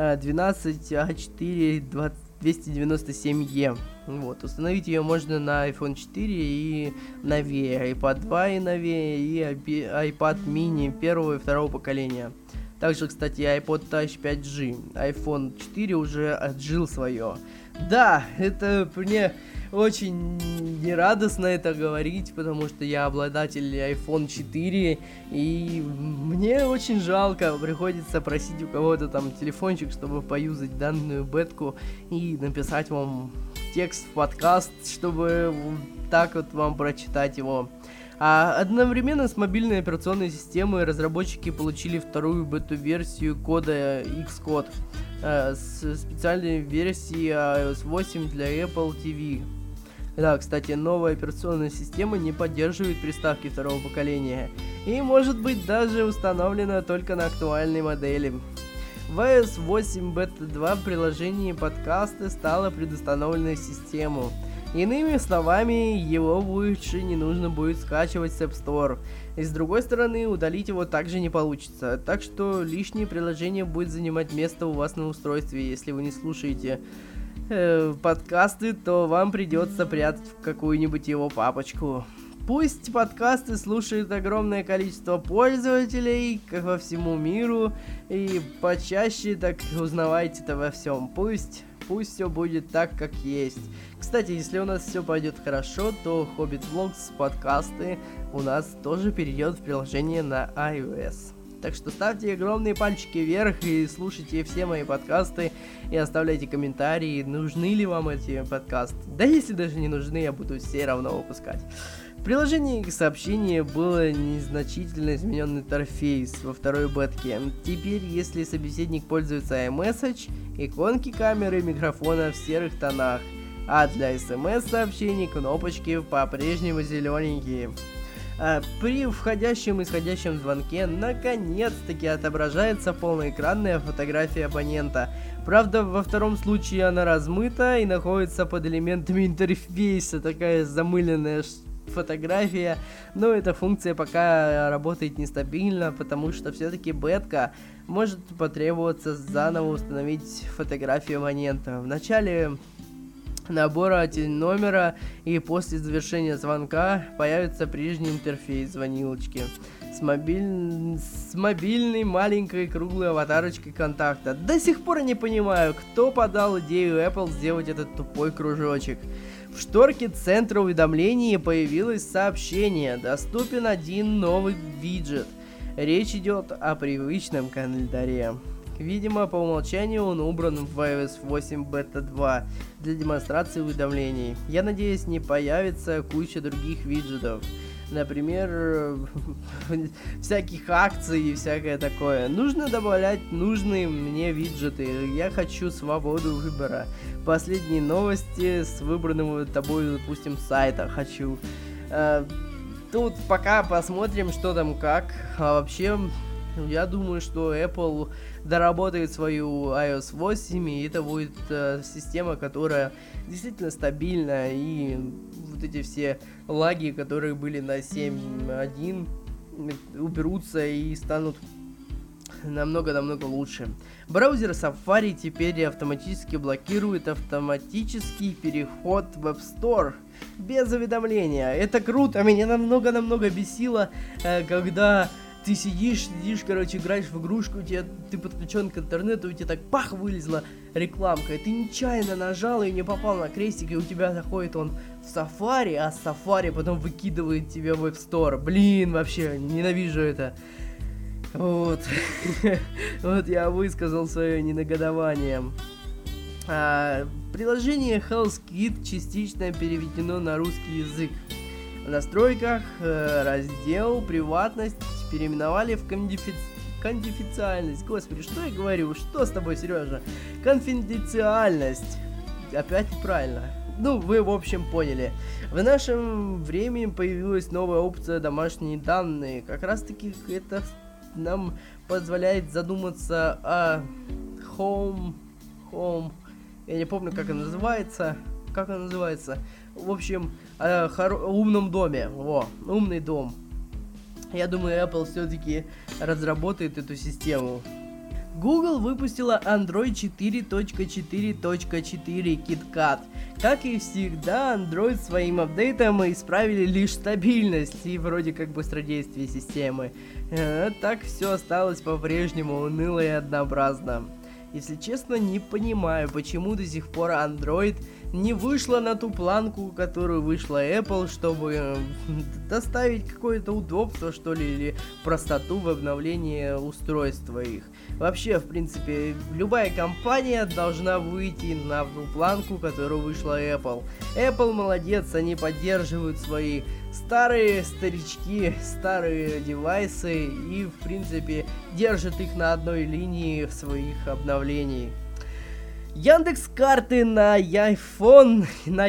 12A4-297E. Вот, установить ее можно на iPhone 4 и новее, iPad 2 и новее, и iPad mini первого и второго поколения. Также, кстати, iPod Touch 5G. iPhone 4 уже отжил свое. Да, это мне очень нерадостно это говорить, потому что я обладатель iPhone 4, и мне очень жалко, приходится просить у кого-то там телефончик, чтобы поюзать данную бетку и написать вам текст в подкаст, чтобы так вот вам прочитать его. А одновременно с мобильной операционной системой разработчики получили вторую бету-версию кода Xcode с специальной версией iOS 8 для Apple TV. Да, кстати, новая операционная система не поддерживает приставки второго поколения и может быть даже установлена только на актуальной модели. В iOS 8 Beta 2 в приложении подкасты стала предустановлена систему. Иными словами, его больше не нужно будет скачивать с App Store. И с другой стороны, удалить его также не получится. Так что лишнее приложение будет занимать место у вас на устройстве. Если вы не слушаете подкасты, то вам придется прятать в какую-нибудь его папочку. Пусть подкасты слушает огромное количество пользователей, как во всему миру, и почаще так узнавайте-то во всем. Пусть все будет так, как есть. Кстати, если у нас все пойдет хорошо, то Hobbit Vlogs подкасты у нас тоже перейдет в приложение на iOS. Так что ставьте огромные пальчики вверх и слушайте все мои подкасты и оставляйте комментарии, нужны ли вам эти подкасты. Да если даже не нужны, я буду все равно выпускать. В приложении к сообщению был незначительно изменен интерфейс во второй бетке. Теперь, если собеседник пользуется iMessage, иконки камеры и микрофона в серых тонах, а для SMS-сообщений кнопочки по-прежнему зелененькие. При входящем и исходящем звонке наконец-таки отображается полноэкранная фотография абонента. Правда, во втором случае она размыта и находится под элементами интерфейса, такая замыленная фотография, но эта функция пока работает нестабильно, потому что все-таки бетка может потребоваться заново установить фотографию абонента. В начале набора номера и после завершения звонка появится прежний интерфейс звонилочки с мобильной маленькой круглой аватарочкой контакта. До сих пор не понимаю, кто подал идею Apple сделать этот тупой кружочек. В шторке центра уведомлений появилось сообщение: доступен один новый виджет. Речь идет о привычном календаре. Видимо, по умолчанию он убран в iOS 8 Beta 2 для демонстрации уведомлений. Я надеюсь, не появится куча других виджетов. Например, всяких акций и всякое такое. Нужно добавлять нужные мне виджеты. Я хочу свободу выбора. Последние новости с выбранного тобой, допустим, сайта хочу. Тут пока посмотрим, что там как. А вообще, я думаю, что Apple доработает свою iOS 8, и это будет система, которая действительно стабильна, и вот эти все лаги, которые были на 7.1, уберутся и станут намного-намного лучше. Браузер Safari теперь автоматически блокирует автоматический переход в App Store без уведомления. Это круто, меня намного-намного бесило, когда ты сидишь, короче, играешь в игрушку, ты подключен к интернету, и тебе так пах, вылезла рекламка, и ты нечаянно нажал и не попал на крестик, и у тебя заходит он в Safari, а Safari потом выкидывает тебя в App Store. Блин, вообще, ненавижу это. Вот. Вот я высказал свое негодование. Приложение Health Kit частично переведено на русский язык. В настройках раздел «Приватность» переименовали в конфиденциальность. Господи, что я говорю? Что с тобой, Сережа? Конфиденциальность. Опять неправильно. Ну, вы, в общем, поняли. В нашем времени появилась новая опция «Домашние данные». Как раз-таки это нам позволяет задуматься о Home. Я не помню, как она называется. В общем, о умном доме. Умный дом. Я думаю, Apple все-таки разработает эту систему. Google выпустила Android 4.4.4 KitKat. Как и всегда, Android своим апдейтом исправили лишь стабильность и вроде как быстродействие системы. Так все осталось по-прежнему уныло и однообразно. Если честно, не понимаю, почему до сих пор Android не вышла на ту планку, которую вышла Apple, чтобы доставить какое-то удобство, что ли, или простоту в обновлении устройства их. Вообще, в принципе, любая компания должна выйти на ту планку, которую вышла Apple. Apple молодец, они поддерживают свои старые девайсы и, в принципе, держат их на одной линии своих обновлений. Яндекс.Карты на iPhone.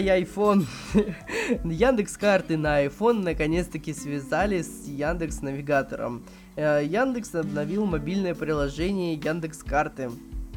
Яндекс.Карты на iPhone наконец-таки связались с Яндекс.Навигатором. Яндекс обновил мобильное приложение Яндекс.Карты.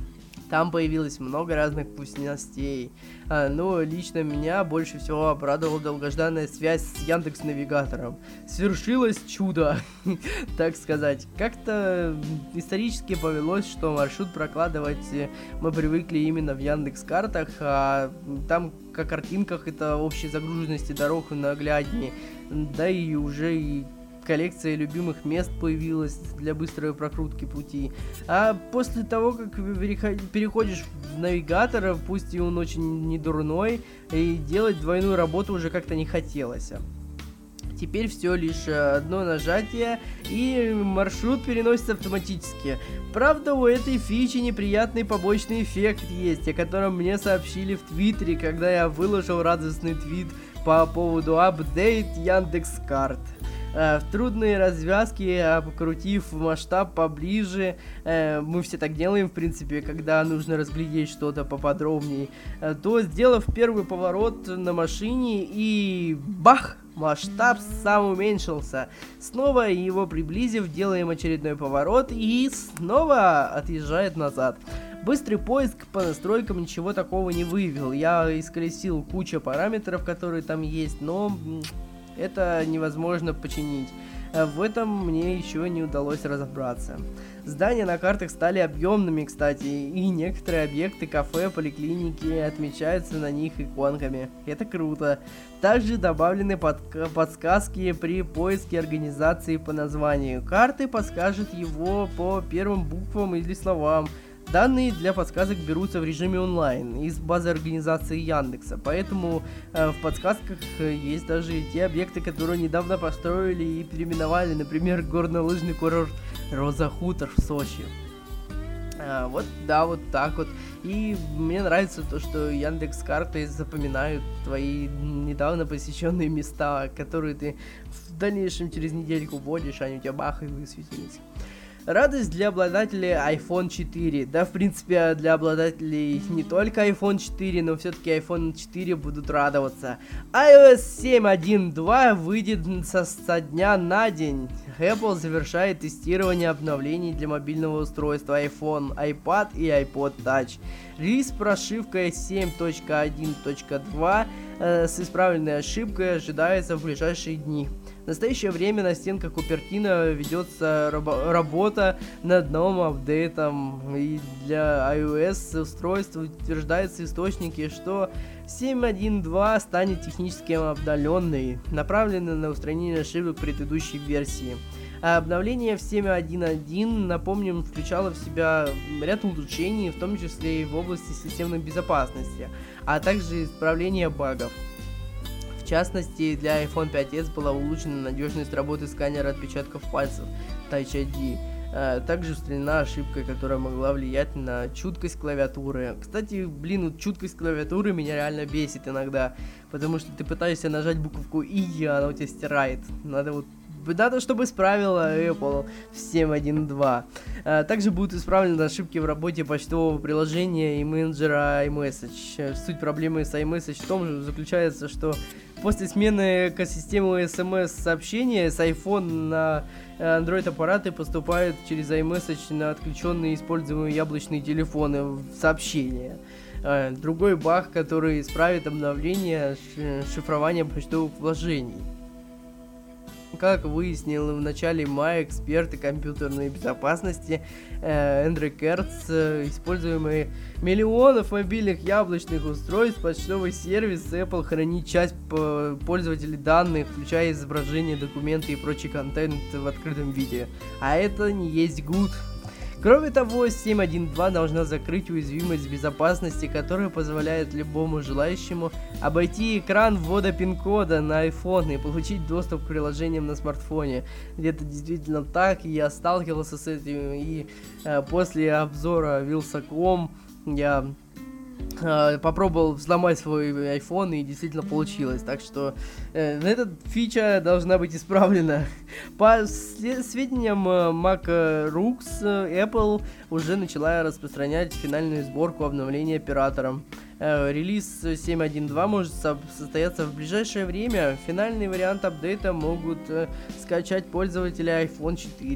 Там появилось много разных вкусностей, но лично меня больше всего обрадовала долгожданная связь с Яндекс.Навигатором. Свершилось чудо, так сказать. Как-то исторически повелось, что маршрут прокладывать мы привыкли именно в Яндекс.Картах, а там о картинках это общей загруженности дорог нагляднее, да и уже и коллекция любимых мест появилась для быстрой прокрутки пути. А после того, как переходишь в навигатор, пусть и он очень не дурной, и делать двойную работу уже как-то не хотелось. Теперь все лишь одно нажатие, и маршрут переносится автоматически. Правда, у этой фичи неприятный побочный эффект есть, о котором мне сообщили в Твиттере, когда я выложил радостный твит по поводу апдейт Яндекс.Карт. В трудные развязки, покрутив масштаб поближе, мы все так делаем, в принципе, когда нужно разглядеть что-то поподробнее, то, сделав первый поворот на машине, и бах! Масштаб сам уменьшился. Снова его приблизив, делаем очередной поворот и снова отъезжает назад. Быстрый поиск по настройкам ничего такого не вывел. Я исколесил кучу параметров, которые там есть, но это невозможно починить. В этом мне еще не удалось разобраться. Здания на картах стали объемными, кстати, и некоторые объекты, кафе, поликлиники отмечаются на них иконками. Это круто. Также добавлены подсказки при поиске организации по названию. Карты подскажут его по первым буквам или словам. Данные для подсказок берутся в режиме онлайн из базы организации Яндекса, поэтому в подсказках есть даже те объекты, которые недавно построили и переименовали, например, горнолыжный курорт Роза Хутор в Сочи. Вот так вот. И мне нравится то, что Яндекс.Карты запоминают твои недавно посещенные места, которые ты в дальнейшем через недельку вводишь, они у тебя бах и высветились. Радость для обладателей iPhone 4. Да, в принципе, для обладателей не только iPhone 4, но все-таки iPhone 4 будут радоваться. iOS 7.1.2 выйдет со дня на день. Apple завершает тестирование обновлений для мобильного устройства iPhone, iPad и iPod Touch. Релиз с прошивкой 7.1.2 с исправленной ошибкой ожидается в ближайшие дни. В настоящее время на стенках Купертино ведется работа над новым апдейтом, и для iOS устройств утверждаются источники, что 7.1.2 станет технически обновленной, направленной на устранение ошибок предыдущей версии. А обновление в 7.1.1, напомним, включало в себя ряд улучшений, в том числе и в области системной безопасности, а также исправление багов. В частности, для iPhone 5s была улучшена надежность работы сканера отпечатков пальцев Touch ID. Также устранена ошибка, которая могла влиять на чуткость клавиатуры. Кстати, чуткость клавиатуры меня реально бесит иногда, потому что ты пытаешься нажать буковку И, а она у тебя стирает. Надо, чтобы исправила Apple в 7.1.2. Также будут исправлены ошибки в работе почтового приложения и менеджера iMessage. Суть проблемы с iMessage в том же заключается, что после смены экосистемы SMS-сообщения с iPhone на Android-аппараты поступают через iMessage на отключенные используемые яблочные телефоны в сообщения. Другой баг, который исправит обновление шифрования почтовых вложений. Как выяснил в начале мая эксперты компьютерной безопасности Эндрю Керц, используемые миллионов мобильных яблочных устройств, почтовый сервис Apple хранит часть пользователей данных, включая изображения, документы и прочий контент в открытом виде. А это не есть good. Кроме того, 7.1.2 должна закрыть уязвимость безопасности, которая позволяет любому желающему обойти экран ввода пин-кода на iPhone и получить доступ к приложениям на смартфоне. Это действительно так, и я сталкивался с этим, и после обзора Wylsacom я попробовал взломать свой iPhone, и действительно получилось. Так что эта фича должна быть исправлена. По сведениям Mac.Rux, Apple уже начала распространять финальную сборку обновления оператором. Релиз 7.1.2 может состояться в ближайшее время. Финальный вариант апдейта могут скачать пользователи iPhone 4.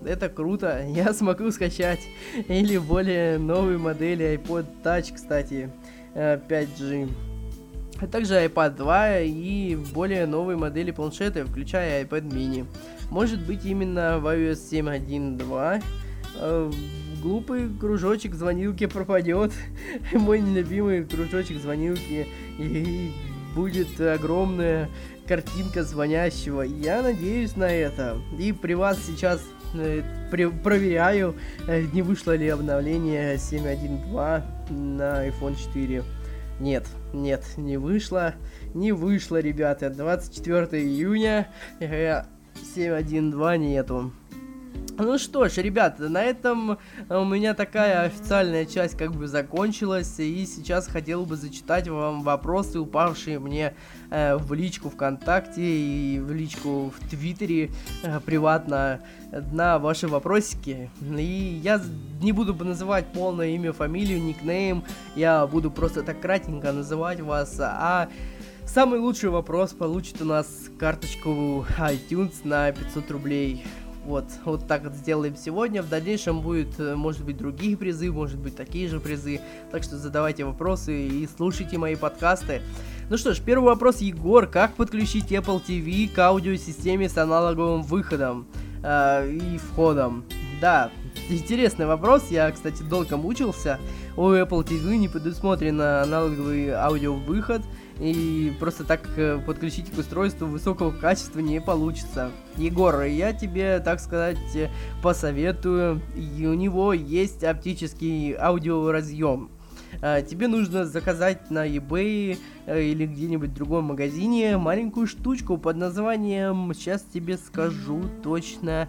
это круто, я смогу скачать. Или более новые модели iPod Touch, кстати, 5G. А также iPad 2 и более новые модели планшета, включая iPad mini. Может быть, именно в iOS 7.1.2 глупый кружочек звонилки пропадет. Мой нелюбимый кружочек звонилки, и будет огромная картинка звонящего. Я надеюсь на это. И при вас сейчас проверяю, не вышло ли обновление 7.1.2 на iPhone 4. Нет, не вышло, ребята. 24 июня 7.1.2 нету. Ну что ж, ребята, на этом у меня такая официальная часть как бы закончилась, и сейчас хотел бы зачитать вам вопросы, упавшие мне в личку ВКонтакте и в личку в Твиттере приватно на ваши вопросики. И я не буду называть полное имя, фамилию, никнейм, я буду просто так кратенько называть вас, а самый лучший вопрос получит у нас карточку iTunes на 500 рублей. Вот так вот сделаем сегодня. В дальнейшем будет, может быть, другие призы, может быть, такие же призы. Так что задавайте вопросы и слушайте мои подкасты. Ну что ж, первый вопрос, Егор. Как подключить Apple TV к аудиосистеме с аналоговым выходом и входом? Да, интересный вопрос. Я, кстати, долго мучился. У Apple TV не предусмотрен аналоговый аудиовыход. И просто так подключить к устройству высокого качества не получится. Егор, я тебе, так сказать, посоветую. И у него есть оптический аудиоразъем. Тебе нужно заказать на eBay или где-нибудь в другом магазине маленькую штучку под названием, сейчас тебе скажу точно,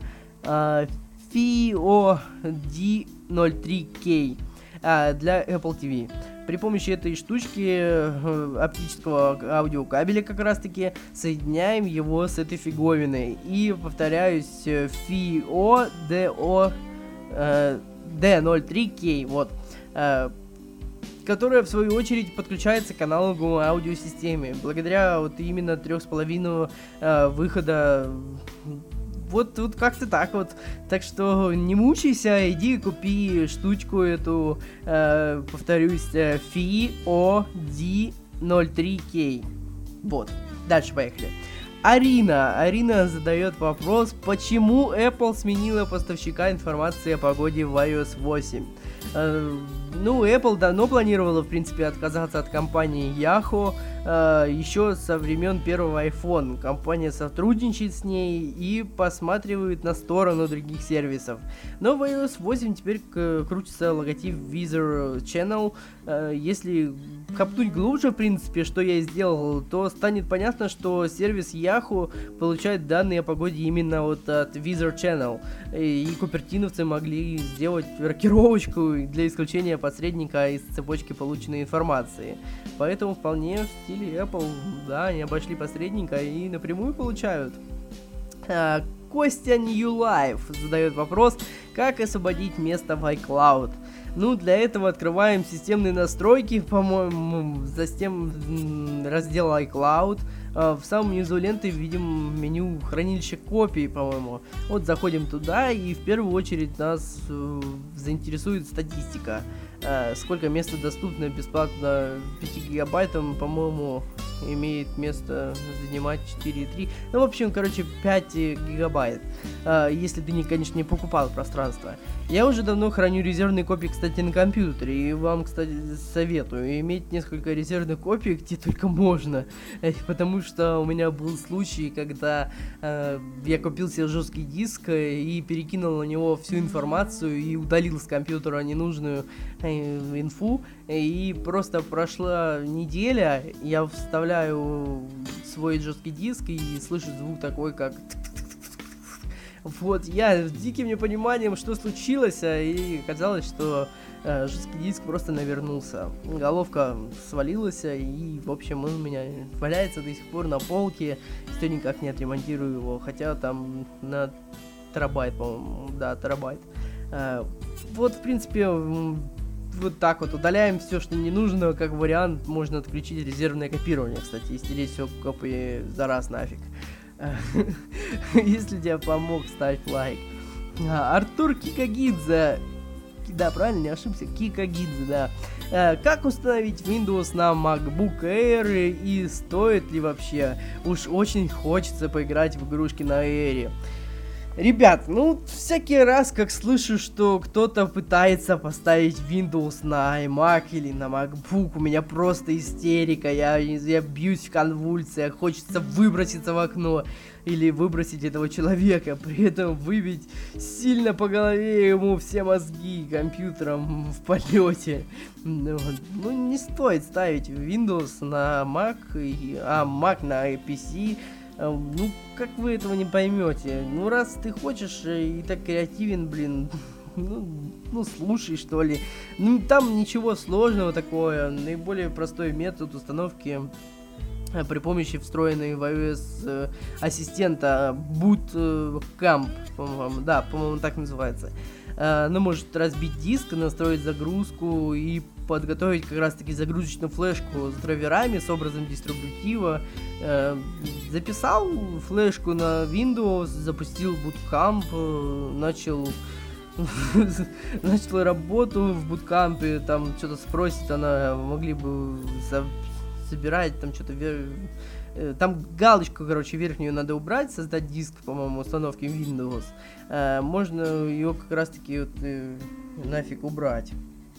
FiO-D03K для Apple TV. При помощи этой штучки, оптического аудиокабеля как раз таки, соединяем его с этой фиговиной. И, повторяюсь, FiO-D03K, вот, которая в свою очередь подключается к аналоговой аудиосистеме. Благодаря вот именно 3,5 выхода. Вот как-то так вот. Так что не мучайся, иди купи штучку эту, повторюсь, FiO-D03K. Вот, дальше поехали. Арина задает вопрос, почему Apple сменила поставщика информации о погоде в iOS 8. Ну, Apple давно планировала, в принципе, отказаться от компании Yahoo, еще со времен первого iPhone. Компания сотрудничает с ней и посматривает на сторону других сервисов. Но в iOS 8 теперь крутится логотип Weather Channel. Если копнуть глубже, в принципе, что я и сделал, то станет понятно, что сервис Yahoo получает данные о погоде именно вот от Weather Channel. И купертиновцы могли сделать рокировочку для исключения посредника из цепочки полученной информации. Поэтому вполне в стиле Apple, да, они обошли посредника и напрямую получают. Костя New Life задает вопрос, как освободить место в iCloud. Ну, для этого открываем системные настройки, по-моему, затем раздел iCloud. В самом низу ленты видим меню хранилища копий, по-моему. Вот заходим туда, и в первую очередь нас заинтересует статистика. Сколько места доступно бесплатно 5 гигабайтам, по-моему, имеет место занимать 4,3. Ну, в общем, 5 гигабайт. Если ты, конечно, не покупал пространство. Я уже давно храню резервные копии, кстати, на компьютере. И вам, кстати, советую иметь несколько резервных копий, где только можно. Потому что у меня был случай, когда я купил себе жесткий диск и перекинул на него всю информацию и удалил с компьютера ненужную инфу. И просто прошла неделя, я вставляю свой жесткий диск и слышу звук такой, как... Вот, я с диким непониманием, что случилось, и оказалось, что жесткий диск просто навернулся. Головка свалилась, и, в общем, он у меня валяется до сих пор на полке, все никак не отремонтирую его, хотя там на терабайт, по-моему, да, терабайт. Вот, в принципе, вот так вот удаляем все, что не нужно, как вариант, можно отключить резервное копирование, кстати, и стереть все копии за раз нафиг. Если тебе помог, ставь лайк. Артур Кикагидзе. Да, правильно, не ошибся. Кикагидзе, да. Как установить Windows на MacBook Air и стоит ли вообще? Уж очень хочется поиграть в игрушки на Air. Ребят, ну, всякий раз, как слышу, что кто-то пытается поставить Windows на iMac или на MacBook, у меня просто истерика, я бьюсь в конвульсиях, хочется выброситься в окно или выбросить этого человека, при этом выбить сильно по голове ему все мозги компьютером в полете. Ну, не стоит ставить Windows на Mac, а Mac на PC. Ну, как вы этого не поймете? Ну, раз ты хочешь и так креативен, блин, ну, слушай, что ли. Ну, там ничего сложного такого. Наиболее простой метод установки при помощи встроенной в iOS ассистента Bootcamp, по-моему, да, по-моему, так называется. Она может разбить диск, настроить загрузку и подготовить как раз-таки загрузочную флешку с драйверами, с образом дистрибутива. Записал флешку на Windows, запустил Bootcamp, начал работу в Bootcamp, там что-то спросит, она могли бы собирать, там что-то там галочку, короче, верхнюю надо убрать, создать диск, по-моему, установки Windows. Можно ее как раз-таки вот, нафиг убрать.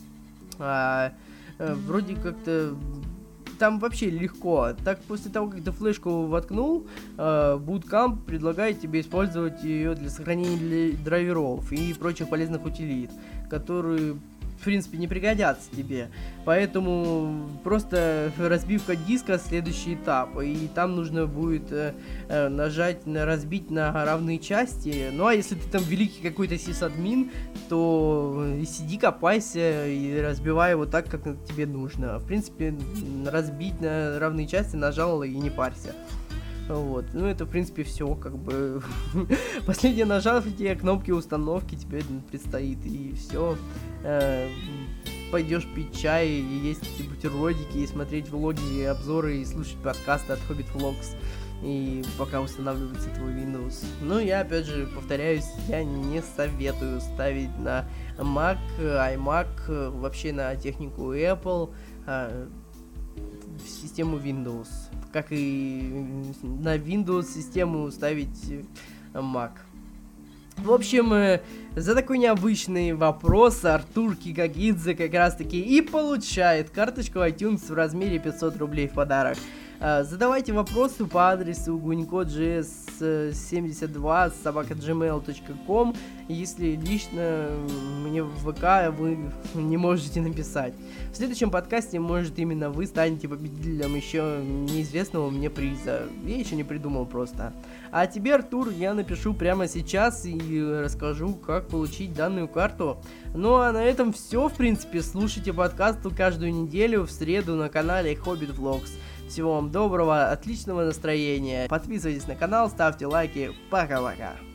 Вроде как-то там вообще легко. Так, после того, как ты флешку воткнул, Bootcamp предлагает тебе использовать ее для сохранения драйверов и прочих полезных утилит, которые, в принципе, не пригодятся тебе. Поэтому просто разбивка диска — следующий этап. И там нужно будет нажать на разбить на равные части. Ну а если ты там великий какой-то сисадмин, то сиди, копайся и разбивай его так, как тебе нужно. В принципе, разбить на равные части нажал и не парься. Вот, ну это в принципе все, как бы последнее нажатие кнопки установки тебе предстоит, и все. Пойдешь пить чай, и есть бутербродики, и смотреть влоги, и обзоры, и слушать подкасты от Hobbit Vlogs, и пока устанавливается твой Windows. Ну, я опять же повторяюсь, я не советую ставить на Mac, iMac, вообще на технику Apple, систему Windows, как и на Windows систему ставить Mac. В общем, за такой необычный вопрос Артур Кикагидзе как раз таки и получает карточку iTunes в размере 500 рублей в подарок. Задавайте вопросы по адресу gunycode.js72@gmail.com, если лично мне в ВК вы не можете написать. В следующем подкасте, может, именно вы станете победителем еще неизвестного мне приза. Я еще не придумал просто. А тебе, Артур, я напишу прямо сейчас и расскажу, как получить данную карту. Ну а на этом все, в принципе. Слушайте подкасты каждую неделю в среду на канале Hobbit Vlogs. Всего вам доброго, отличного настроения. Подписывайтесь на канал, ставьте лайки. Пока-пока.